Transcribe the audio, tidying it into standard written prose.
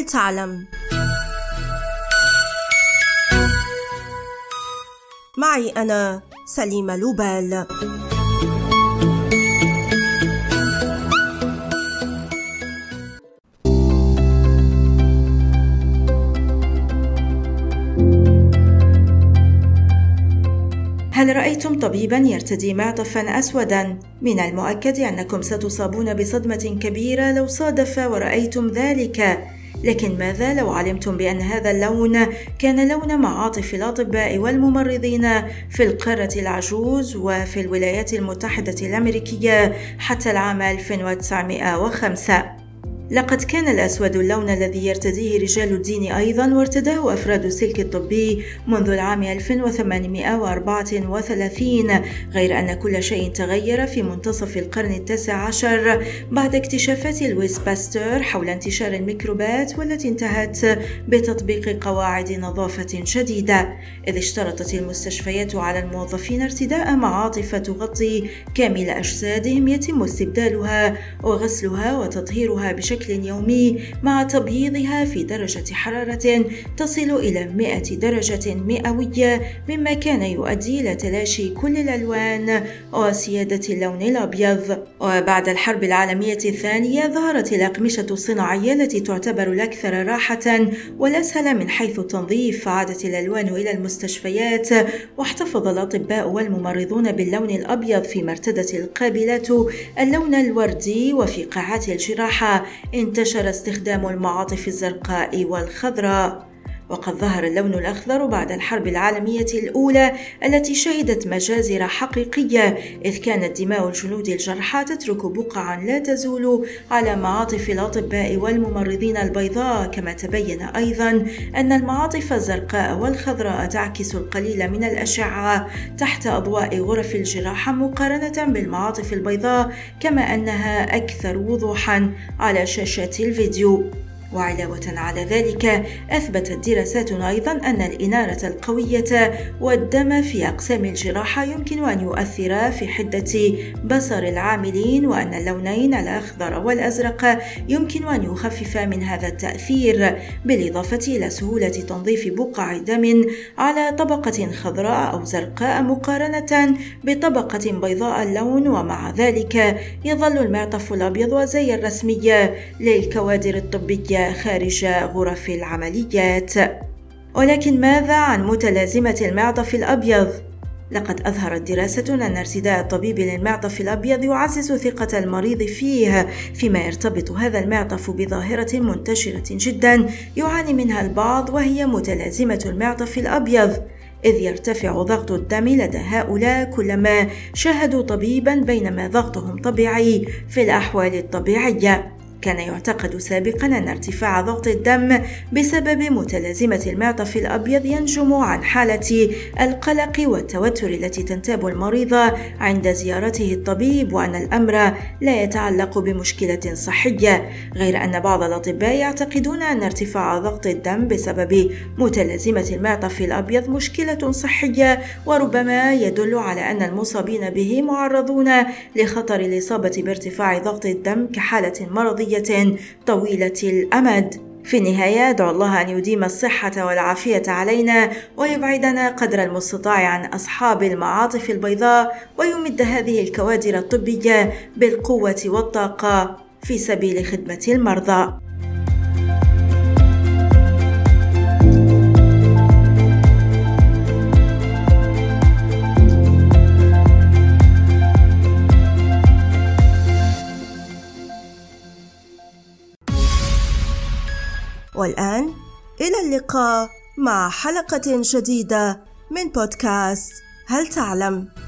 هل تعلم؟ معي أنا سليمة لوبال. هل رأيتم طبيباً يرتدي معطفاً أسوداً؟ من المؤكد أنكم ستصابون بصدمة كبيرة لو صادف ورأيتم ذلك. لكن ماذا لو علمتم بأن هذا اللون كان لون معاطف الأطباء والممرضين في القارة العجوز وفي الولايات المتحدة الأمريكية حتى العام 1905؟ لقد كان الأسود اللون الذي يرتديه رجال الدين أيضاً، وارتداه أفراد السلك الطبي منذ العام 1834، غير أن كل شيء تغير في منتصف القرن التاسع عشر بعد اكتشافات لويس باستور حول انتشار الميكروبات، والتي انتهت بتطبيق قواعد نظافة جديدة، إذ اشترطت المستشفيات على الموظفين ارتداء معاطف تغطي كامل أجسادهم يتم استبدالها وغسلها وتطهيرها بشكل يومي مع تبييضها في درجة حرارة تصل إلى 100 درجة مئوية، مما كان يؤدي إلى تلاشي كل الألوان وسيادة اللون الأبيض. وبعد الحرب العالمية الثانية ظهرت الأقمشة الصناعية التي تعتبر الأكثر راحة والأسهل من حيث التنظيف، فعادت الألوان إلى المستشفيات، واحتفظ الأطباء والممرضون باللون الأبيض في مرتدة القابلات اللون الوردي، وفي قاعات الجراحة انتشر استخدام المعاطف الزرقاء والخضراء. وقد ظهر اللون الأخضر بعد الحرب العالمية الأولى التي شهدت مجازر حقيقية، إذ كانت دماء الجنود الجرحى تترك بقعا لا تزول على معاطف الأطباء والممرضين البيضاء. كما تبين أيضا أن المعاطف الزرقاء والخضراء تعكس القليل من الأشعة تحت أضواء غرف الجراحة مقارنة بالمعاطف البيضاء، كما أنها أكثر وضوحا على شاشات الفيديو. وعلاوة على ذلك، أثبتت دراسات أيضا أن الإنارة القوية والدم في أقسام الجراحة يمكن أن يؤثر في حدة بصر العاملين، وأن اللونين الأخضر والأزرق يمكن أن يخفف من هذا التأثير، بالإضافة إلى سهولة تنظيف بقع دم على طبقة خضراء أو زرقاء مقارنة بطبقة بيضاء اللون. ومع ذلك يظل المعطف الأبيض وزي الرسمي للكوادر الطبية خارج غرف العمليات. ولكن ماذا عن متلازمة المعطف الأبيض؟ لقد أظهرت دراسة أن ارتداء الطبيب للمعطف الأبيض يعزز ثقة المريض فيه، فيما يرتبط هذا المعطف بظاهرة منتشرة جدا يعاني منها البعض، وهي متلازمة المعطف الأبيض، إذ يرتفع ضغط الدم لدى هؤلاء كلما شاهدوا طبيبا، بينما ضغطهم طبيعي في الأحوال الطبيعية. كان يعتقد سابقا أن ارتفاع ضغط الدم بسبب متلازمة المعطف الأبيض ينجم عن حالة القلق والتوتر التي تنتاب المريض عند زيارته الطبيب، وأن الأمر لا يتعلق بمشكلة صحية، غير أن بعض الأطباء يعتقدون أن ارتفاع ضغط الدم بسبب متلازمة المعطف الأبيض مشكلة صحية، وربما يدل على أن المصابين به معرضون لخطر الإصابة بارتفاع ضغط الدم كحالة مرضية طويلة الأمد. في النهاية، أدعو الله أن يديم الصحة والعافية علينا، ويبعدنا قدر المستطاع عن أصحاب المعاطف البيضاء، ويمد هذه الكوادر الطبية بالقوة والطاقة في سبيل خدمة المرضى. والآن إلى اللقاء مع حلقة جديدة من بودكاست هل تعلم؟